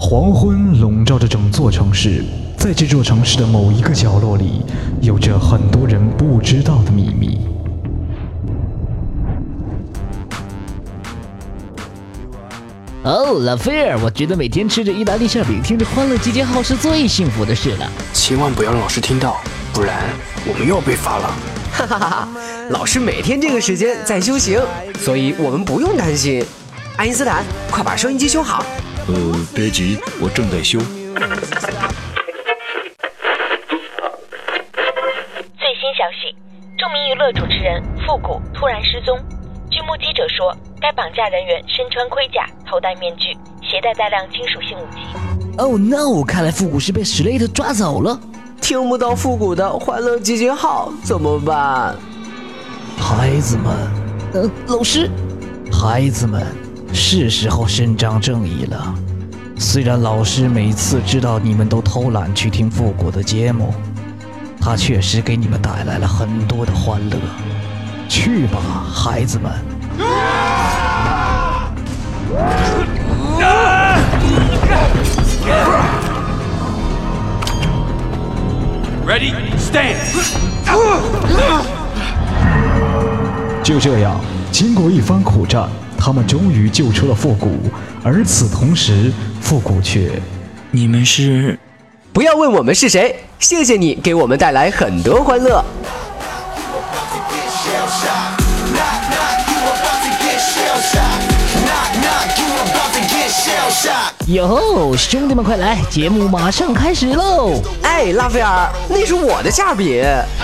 黄昏笼罩着整座城市，在这座城市的某一个角落里，有着很多人不知道的秘密。 哦，拉斐尔，我觉得每天吃着意大利馅饼，听着《欢乐集结号》是最幸福的事了。 千万不要让老师听到，不然我们又要被罚了。 哈哈哈！老师每天这个时间在修行，所以我们不用担心。爱因斯坦，快把收音机修好。 别急，我正在修。 最新消息，著名娱乐主持人复古突然失踪。据目击者说，该绑架人员身穿盔甲，头戴面具，携带大量金属性武器。 Oh no！ 看来复古是被史雷特抓走了。 听不到复古的欢乐集结号怎么办？ 孩子们，老师，孩子们，是时候伸张正义了。虽然老师每次知道你们都偷懒去听复古的节目，他确实给你们带来了很多的欢乐。去吧，孩子们。 Ready, stand. 就这样，经过一番苦战，他们终于救出了复古。而此同时，复古却…… 你们是？ 不要问我们是谁，谢谢你给我们带来很多欢乐。 哟吼，兄弟们快来，节目马上开始喽！ 哎，拉斐尔，那是我的馅饼。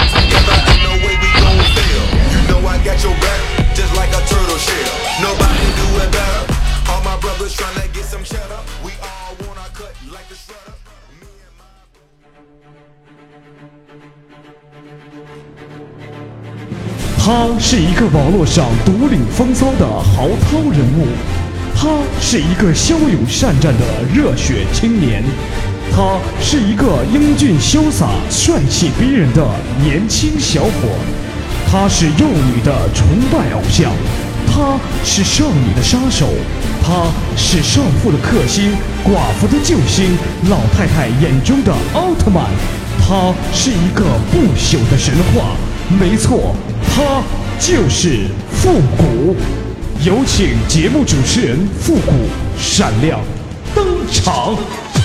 他是一个网络上独领风骚的豪涛人物，他是一个骁勇善战的热血青年，他是一个英俊潇洒、帅气逼人的年轻小伙，他是幼女的崇拜偶像，他是少女的杀手，他是少妇的克星、寡妇的救星、老太太眼中的奥特曼，他是一个不朽的神话。没错，他就是复古。有请节目主持人复古闪亮登场。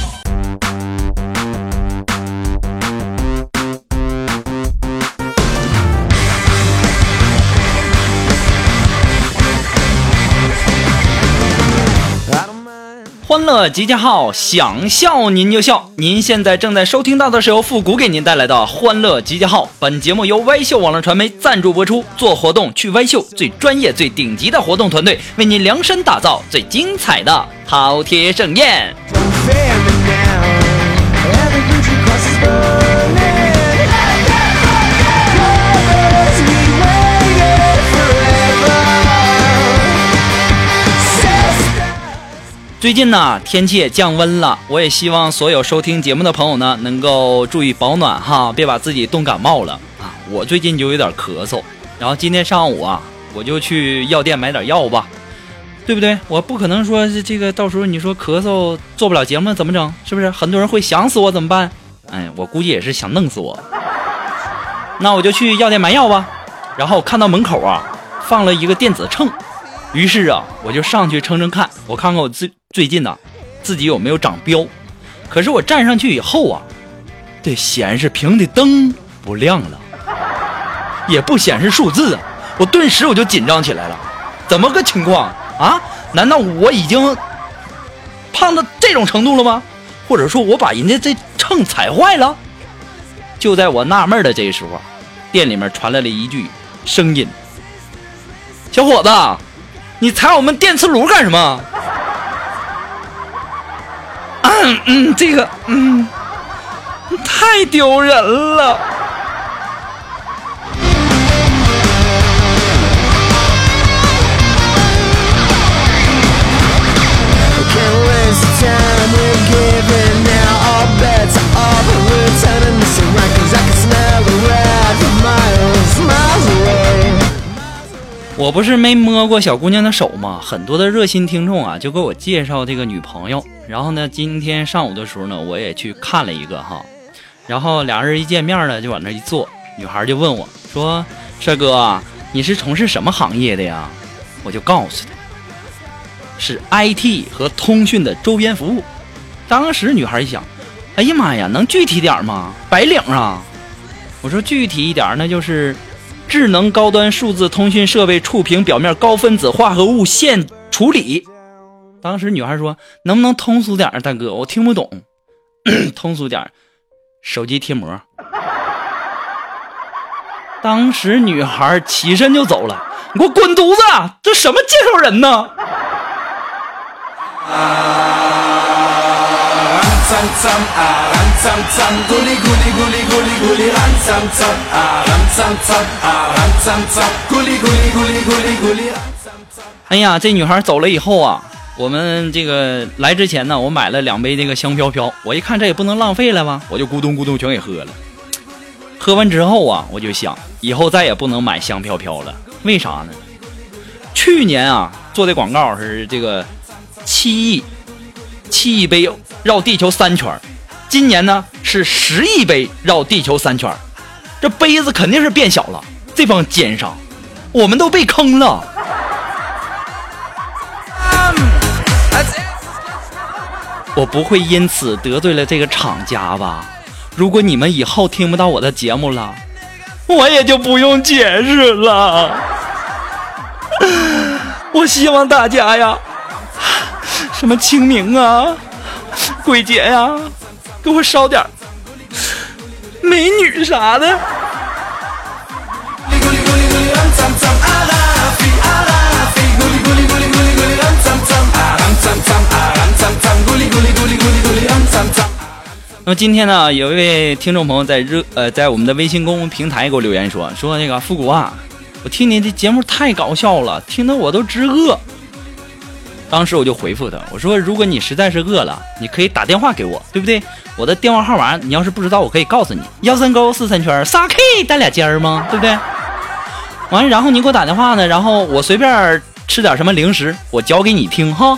欢乐集结号，想笑您就笑。您现在正在收听到的是由复古给您带来的欢乐集结号。本节目由歪秀网络传媒赞助播出。做活动去歪秀，最专业、最顶级的活动团队，为您量身打造最精彩的饕餮盛宴。最近呢，天气也降温了，我也希望所有收听节目的朋友呢，能够注意保暖哈，别把自己冻感冒了啊！我最近就有点咳嗽，然后今天上午啊，我就去药店买点药吧，对不对？我不可能说这个到时候你说咳嗽做不了节目怎么整？是不是？很多人会想死我怎么办？哎，我估计也是想弄死我。那我就去药店买药吧，然后看到门口啊放了一个电子秤，于是啊我就上去称看，我看看我最近呢，自己有没有长标？可是我站上去以后啊，这显示屏的灯不亮了，也不显示数字啊！我顿时我就紧张起来了，怎么个情况啊？难道我已经胖到这种程度了吗？或者说我把人家这秤踩坏了？就在我纳闷的这时候，店里面传来了一句声音：“小伙子，你踩我们电磁炉干什么？”这个太丢人了。我我不是没摸过小姑娘的手吗？很多的热心听众啊，就给我介绍这个女朋友。然后呢，今天上午的时候呢，我也去看了一个哈。然后俩人一见面呢，就往那一坐，女孩就问我说：“帅哥，你是从事什么行业的呀？”我就告诉她，是 IT 和通讯的周边服务。当时女孩一想，哎呀妈呀，能具体点吗？白领啊！我说具体一点，那就是智能高端数字通讯设备触屏表面高分子化合物线处理。当时女孩说，能不能通俗点，大哥，我听不懂。通俗点，手机贴膜。当时女孩起身就走了，你给我滚犊子，这什么介绍人呢？哎呀，这女孩走了以后啊，我们这个来之前呢，我买了2杯这个香飘飘，我一看这也不能浪费了吧，我就咕咚咕咚全给喝了。喝完之后啊，我就想以后再也不能买香飘飘了。为啥呢？去年啊做的广告是这个7亿杯绕地球3圈，今年呢是10亿杯绕地球3圈，这杯子肯定是变小了。这帮奸商，我们都被坑了。我不会因此得罪了这个厂家吧？如果你们以后听不到我的节目了，我也就不用解释了。我希望大家呀，什么清明啊、鬼节呀，给我烧点美女啥的。那么今天呢，有一位听众朋友在我们的微信公众平台给我留言说那个复古啊，我听你的节目太搞笑了，听得我都直饿。当时我就回复他，我说如果你实在是饿了，你可以打电话给我，对不对？我的电话号码你要是不知道，我可以告诉你，13943圈3K 带俩尖吗？对不对？完了，然后你给我打电话呢，然后我随便吃点什么零食，我教给你听哈。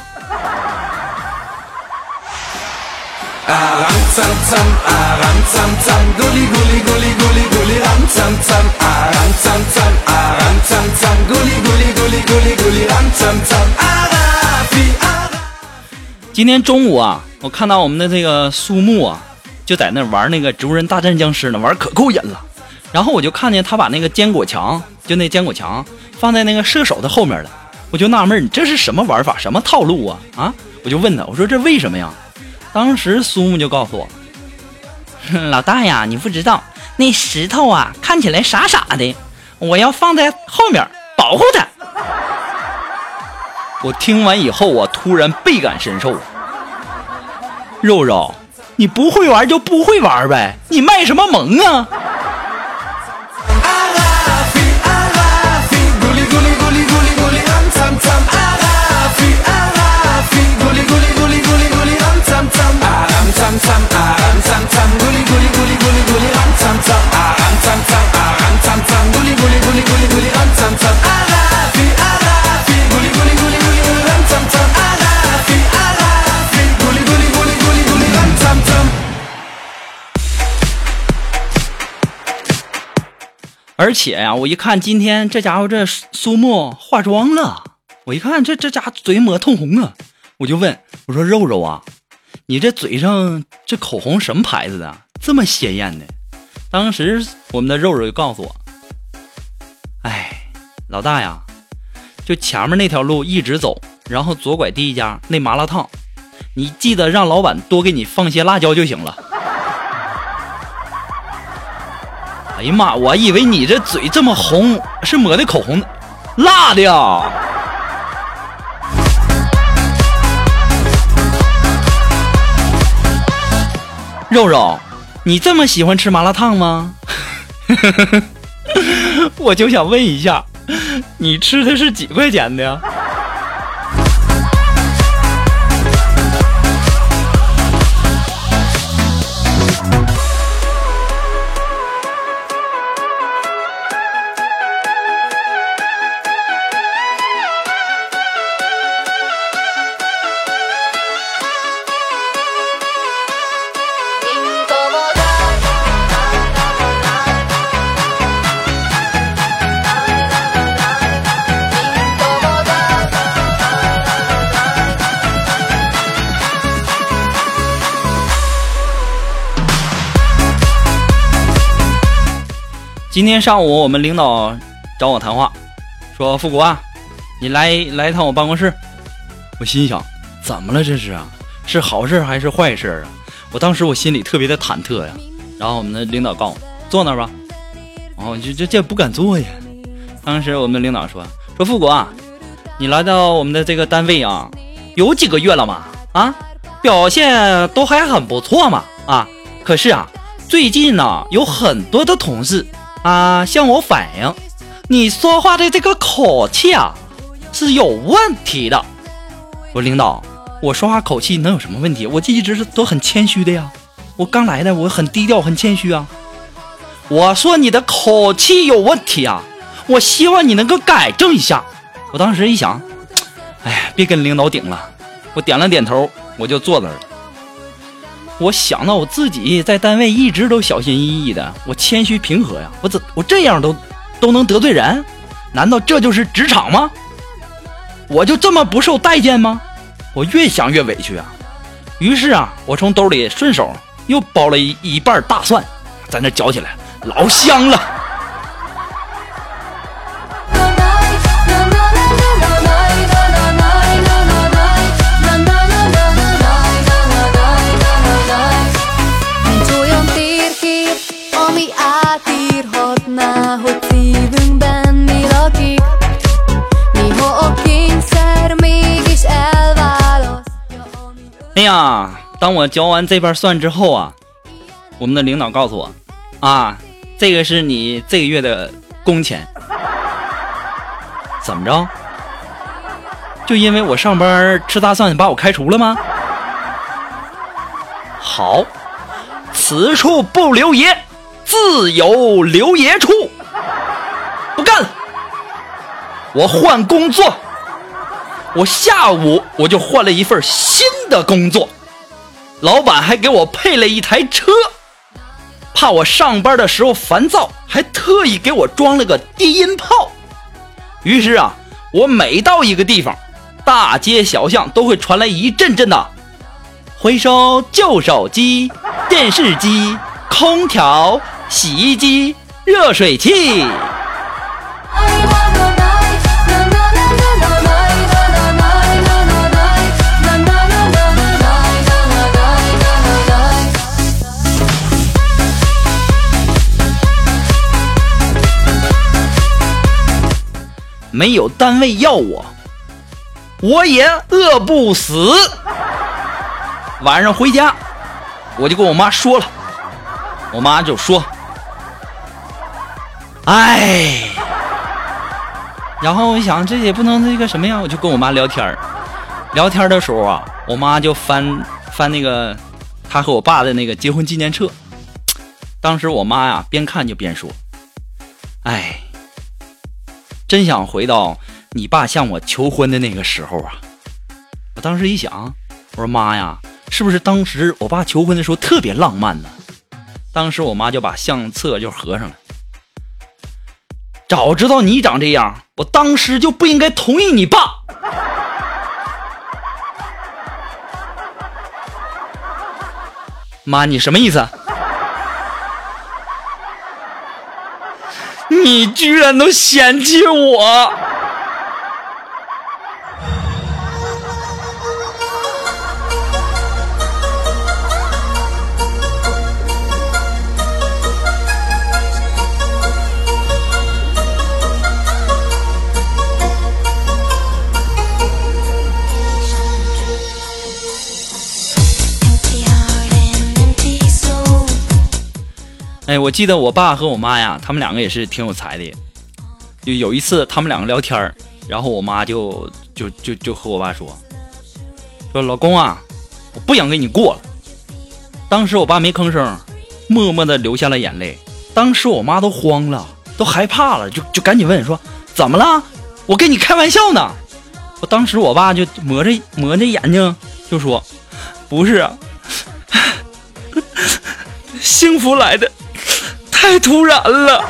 今天中午啊，我看到我们的这个苏木啊，就在那玩那个植物人大战僵尸呢，玩可够瘾了。然后我就看见他把那个坚果墙，就那坚果墙放在那个射手的后面了，我就纳闷，你这是什么玩法，什么套路啊？啊！我就问他，我说这为什么呀？当时苏木就告诉我，老大呀，你不知道，那石头啊看起来傻傻的，我要放在后面保护它。我听完以后，我突然倍感深受。肉肉，你不会玩就不会玩呗，你卖什么萌啊？而且呀，我一看今天这家伙这苏木化妆了，我一看这家伙嘴抹通红啊，我就问我说肉肉啊，你这嘴上这口红什么牌子的，这么鲜艳的？当时我们的肉肉就告诉我，哎，老大呀，就前面那条路一直走，然后左拐第一家那麻辣烫，你记得让老板多给你放些辣椒就行了。哎呀妈，我以为你这嘴这么红是抹的口红，辣的呀。肉肉，你这么喜欢吃麻辣烫吗？我就想问一下，你吃的是几块钱的呀？ 今天上午我们领导找我谈话，说复古啊，你来一趟我办公室。我心想，怎么了这是啊？是好事还是坏事啊？我当时我心里特别的忐忑呀。然后我们的领导告诉我坐那儿吧，然后这不敢坐呀。当时我们的领导说复古啊，你来到我们的这个单位啊，有几个月了嘛？啊，表现都还很不错嘛。啊，可是啊，最近呢有很多的同事啊向我反映，你说话的这个口气啊是有问题的。我领导，我说话口气能有什么问题？我这一直都很谦虚的呀，我刚来的，我很低调很谦虚啊。我说你的口气有问题啊，我希望你能够改正一下。我当时一想，哎，别跟领导顶了，我点了点头，我就坐那儿了。我想到我自己在单位一直都小心翼翼的，我谦虚平和呀，我这样都能得罪人？难道这就是职场吗？我就这么不受待见吗？我越想越委屈啊。于是啊，我从兜里顺手又剥了一半大蒜，在那嚼起来，老香了。哎呀，当我嚼完这瓣蒜之后啊，我们的领导告诉我啊，这个是你这个月的工钱。怎么着？就因为我上班吃大蒜把我开除了吗？好，此处不留爷，自有留爷处。不干了，我换工作。我下午我就换了一份新的工作，老板还给我配了一台车，怕我上班的时候烦躁，还特意给我装了个低音炮。于是啊，我每到一个地方，大街小巷都会传来一阵阵的回收旧手机、电视机、空调、洗衣机、热水器。没有单位要我，我也饿不死。晚上回家，我就跟我妈说了，我妈就说：“哎。”然后我想，这也不能那个什么呀，我就跟我妈聊天。聊天的时候啊，我妈就翻那个她和我爸的那个结婚纪念册。当时我妈呀，边看就边说：“哎。”真想回到你爸向我求婚的那个时候啊！我当时一想，我说妈呀，是不是当时我爸求婚的时候特别浪漫呢？当时我妈就把相册就合上了。早知道你长这样，我当时就不应该同意你爸。妈，你什么意思？你居然都嫌弃我！哎，我记得我爸和我妈呀，他们两个也是挺有才的。就有一次他们两个聊天，然后我妈就和我爸说老公啊，我不想跟你过了。当时我爸没吭声，默默的流下了眼泪。当时我妈都慌了，都害怕了，就赶紧问说怎么了？我跟你开玩笑呢。当时我爸就抹着眼睛就说不是啊，幸福来的太突然了。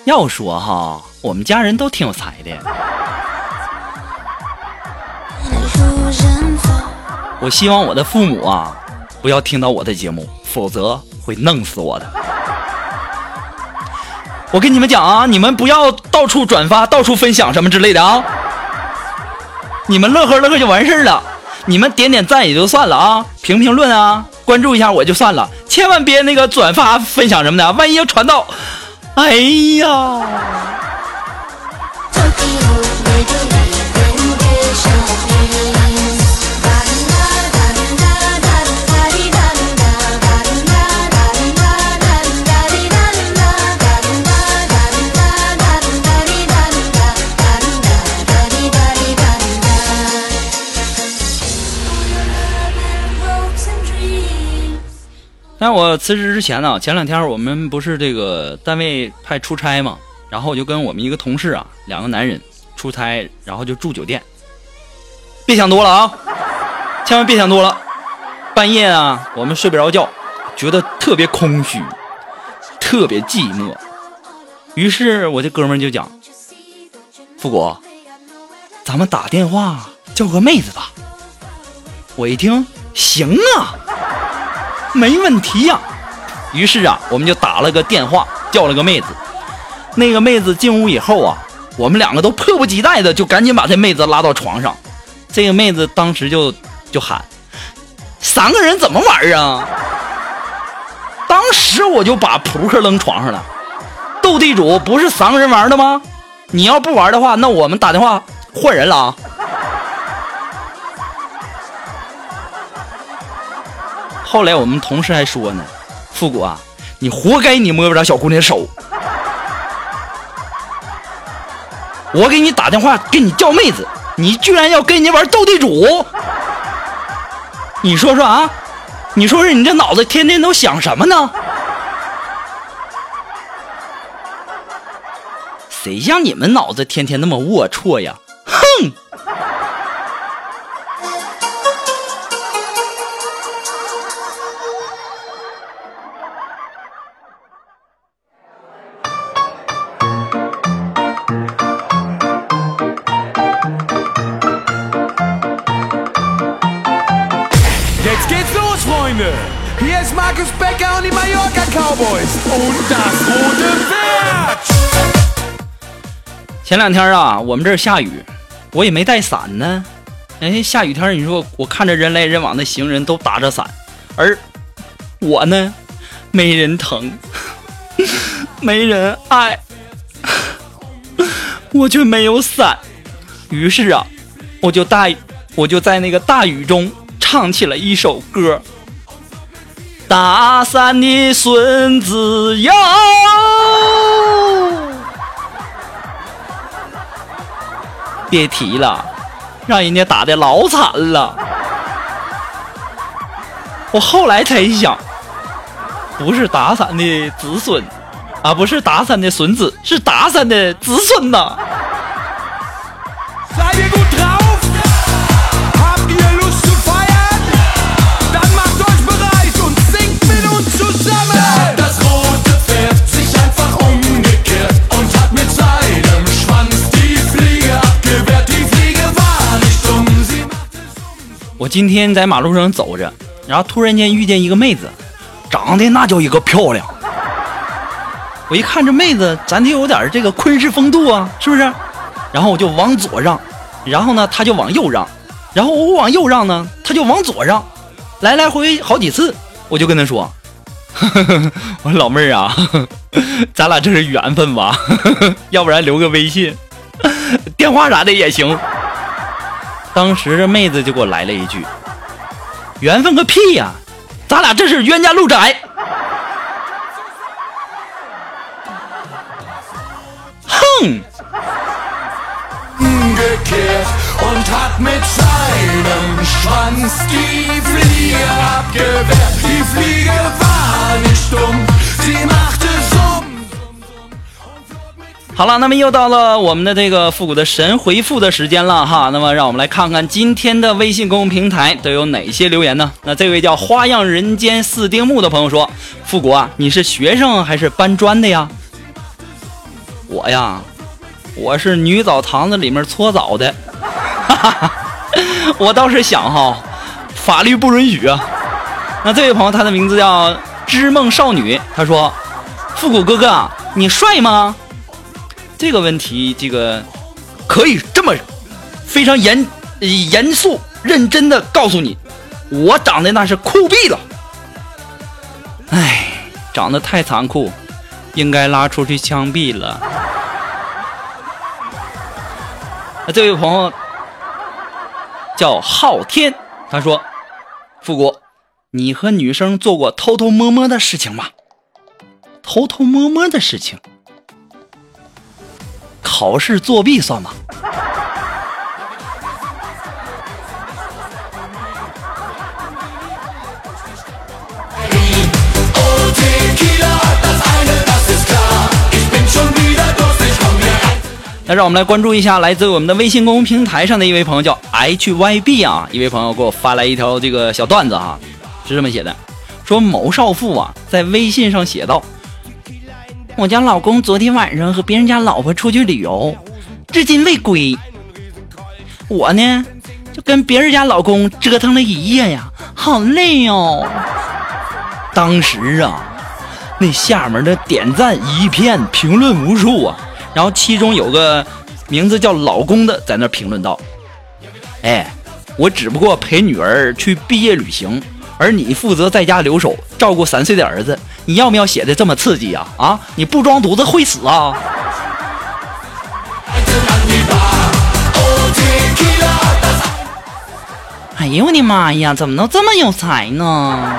要说哈，我们家人都挺有才的。我希望我的父母啊，不要听到我的节目，否则会弄死我的。我跟你们讲啊，你们不要到处转发、到处分享什么之类的啊，你们乐呵乐呵就完事了。你们点点赞也就算了啊，评评论啊，关注一下我就算了，千万别那个转发分享什么的，万一要传到，哎呀！但我辞职之前呢，前2天我们不是这个单位派出差嘛，然后我就跟我们一个同事啊，2个男人出差，然后就住酒店。别想多了啊，千万别想多了。半夜啊，我们睡不着觉，觉得特别空虚，特别寂寞。于是我这哥们就讲：“富国，咱们打电话叫个妹子吧。”我一听，行啊。没问题呀，于是啊，我们就打了个电话，叫了个妹子。那个妹子进屋以后啊，我们2个都迫不及待的就赶紧把这妹子拉到床上。这个妹子当时就喊：“3个人怎么玩啊？”当时我就把扑克扔床上了。斗地主不是3个人玩的吗？你要不玩的话，那我们打电话换人了啊。后来我们同事还说呢：“富国啊，你活该你摸不着小姑娘手。我给你打电话给你叫妹子，你居然要跟你玩斗地主。你说说啊，你说说你这脑子天天都想什么呢？谁像你们脑子天天那么龌龊呀？哼！” Hier ist Markus Becker und die Mallorca Cowboys und das rote Pferd。 前2天啊，我们这儿下雨，我也没带伞呢。哎，下雨天你说我看着人来人往的行人都打着伞，而我呢，没人疼，没人爱，我却没有伞。于是啊，我就在那个大雨中唱起了一首歌。打伞的孙子哟，别提了，让人家打得老惨了。我后来才想，不是打伞的子孙啊，不是打伞的孙子，是打伞的子孙呐。我今天在马路上走着，然后突然间遇见一个妹子，长得那叫一个漂亮。我一看这妹子，咱得有点这个昆式风度啊，是不是？然后我就往左让，然后呢，她就往右让，然后我往右让呢，她就往左让，来来回好几次，我就跟她说：“我说老妹儿啊，咱俩这是缘分吧？要不然留个微信，电话啥的也行。”当时这妹子就给我来了一句：“缘分个屁呀，咱俩这是冤家路窄。”哼。Und hat mit seinem Schwanz die Fliege abgewehrt. Die Fliege war nicht dumm, sie machte Summ. 好了，那么又到了我们的这个复古的神回复的时间了哈。那么让我们来看看今天的微信公众平台都有哪些留言呢？那这位叫花样人间四丁目的朋友说：“复古啊，你是学生还是搬砖的呀？” 我呀，我是女澡堂子里面搓澡的。我倒是想哈，法律不允许啊。那这位朋友，他的名字叫织梦少女，他说：复古哥哥啊，你帅吗？这个问题，这个可以这么非常严肃认真的告诉你，我长得那是酷毙了。哎，长得太残酷，应该拉出去枪毙了。那这位朋友叫昊天，他说：复古，你和女生做过偷偷摸摸的事情吗？偷偷摸摸的事情，考试作弊算吗？那让我们来关注一下来自我们的微信公众平台上的一位朋友叫 HYB 啊，一位朋友给我发来一条这个小段子哈，是这么写的，说某少妇啊在微信上写道：我家老公昨天晚上和别人家老婆出去旅游，至今未归。我呢就跟别人家老公折腾了一夜呀，好累哦。当时啊，那下面的点赞一片，评论无数啊。然后其中有个名字叫老公的在那评论道：哎，我只不过陪女儿去毕业旅行，而你负责在家留守照顾3岁的儿子，你要不要写的这么刺激啊？啊，你不装犊子会死啊！哎呦我的妈呀，怎么能这么有才呢？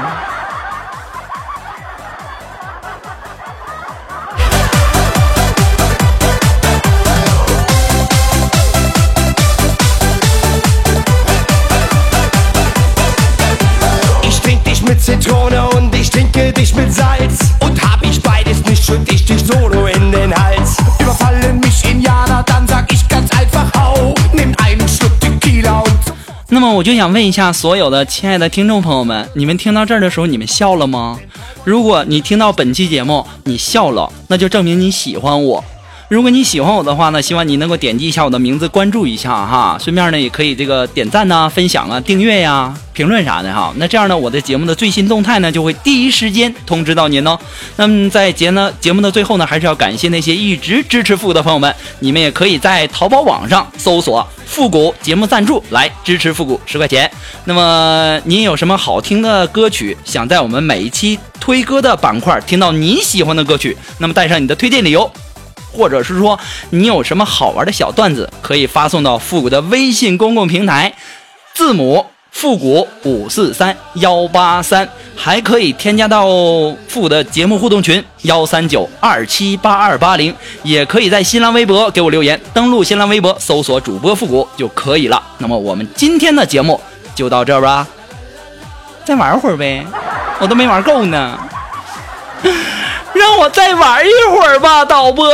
Zitrone und ich trinke dich mit Salz und hab ich beides nicht, schütt ich dich solo in den Hals. Überfallen mich Indianer, dann sag ich ganz einfach hau, nimm einen Schluck Tequila und 那么我就想问一下所有的亲爱的听众朋友们，你们听到这儿的时候，你们笑了吗？如果你听到本期节目你笑了，那就证明你喜欢我。如果你喜欢我的话呢，希望你能够点击一下我的名字，关注一下哈，顺便呢也可以这个点赞呐、分享啊、订阅呀、评论啥的哈。那这样呢，我的节目的最新动态呢就会第一时间通知到您哦。那么在节目的最后呢，还是要感谢那些一直支持复古的朋友们，你们也可以在淘宝网上搜索复古节目赞助来支持复古10块钱。那么您有什么好听的歌曲，想在我们每一期推歌的板块听到你喜欢的歌曲，那么带上你的推荐理由，或者是说你有什么好玩的小段子，可以发送到复古的微信公共平台，字母复古543183，还可以添加到复古的节目互动群139278280，也可以在新浪微博给我留言，登录新浪微博搜索主播复古就可以了。那么我们今天的节目就到这儿吧，再玩会儿呗，我都没玩够呢。让我再玩一会儿吧，导播。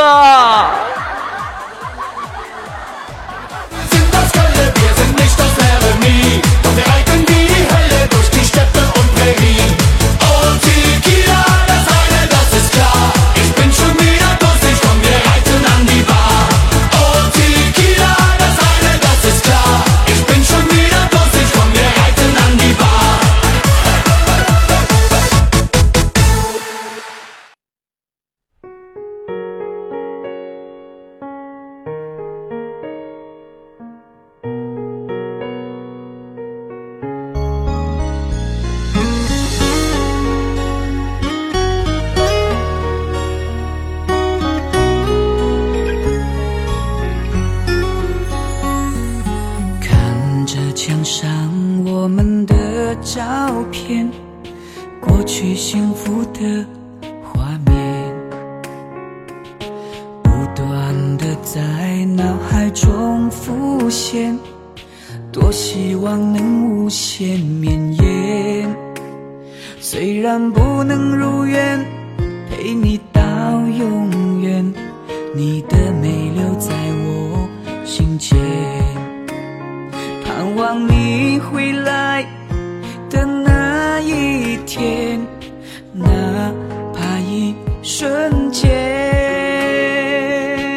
照片，过去幸福的画面，不断地在脑海中浮现，多希望能无限绵延。虽然不能如愿陪你到永远，你的美留在我心间，盼望你回来的那一天，哪怕一瞬间。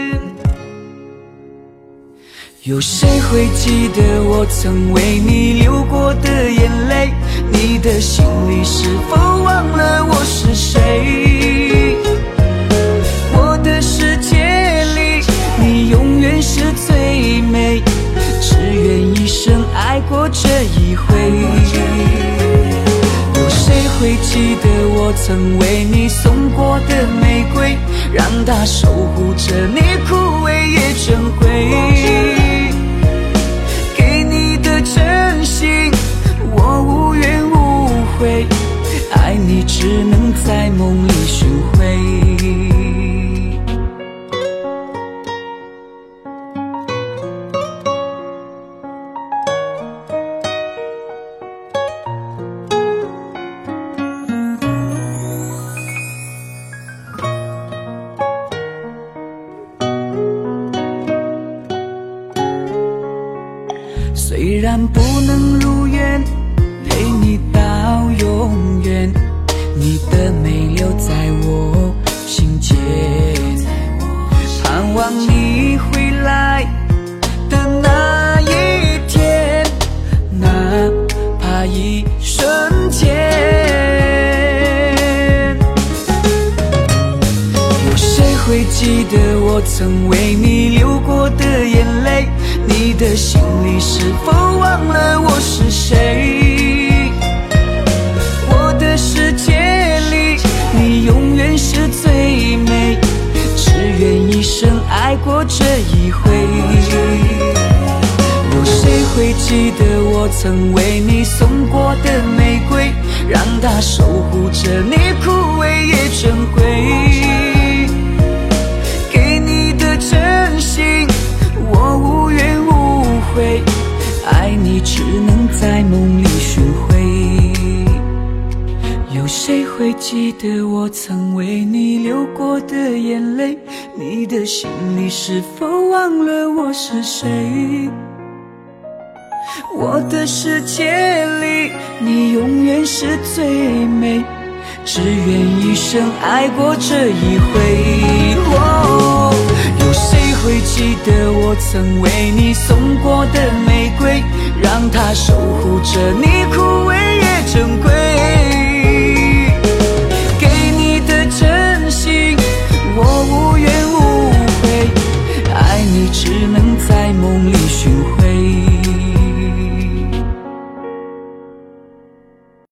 有谁会记得我曾为你流过的眼泪？你的心里是否忘了我是谁？我的世界里，你永远是最美，只愿一生爱过这一回。有谁会记得我曾为你送过的玫瑰，让它守护着你枯萎也珍贵？给你的真心我无怨无悔，爱你只能在梦里寻回。虽然不能如愿陪你到永远，你的美留在我心间，盼望你回来的那一天，哪怕一瞬间。有谁会记得我曾为你流过的眼泪？你的心里是否忘了我是谁？我的世界里，你永远是最美，只愿一生爱过这一回。有谁会记得我曾为你送过的玫瑰，让它守护着你枯萎也珍贵？给你的真心我无怨无悔，爱你只能在梦里寻回。有谁会记得我曾为你流过的眼泪？你的心里是否忘了我是谁？我的世界里，你永远是最美，只愿一生爱过这一回。有谁会记得我曾为你送过的玫瑰，让它守护着你枯萎也珍贵？给你的真心我无怨无悔，爱你只能在梦里寻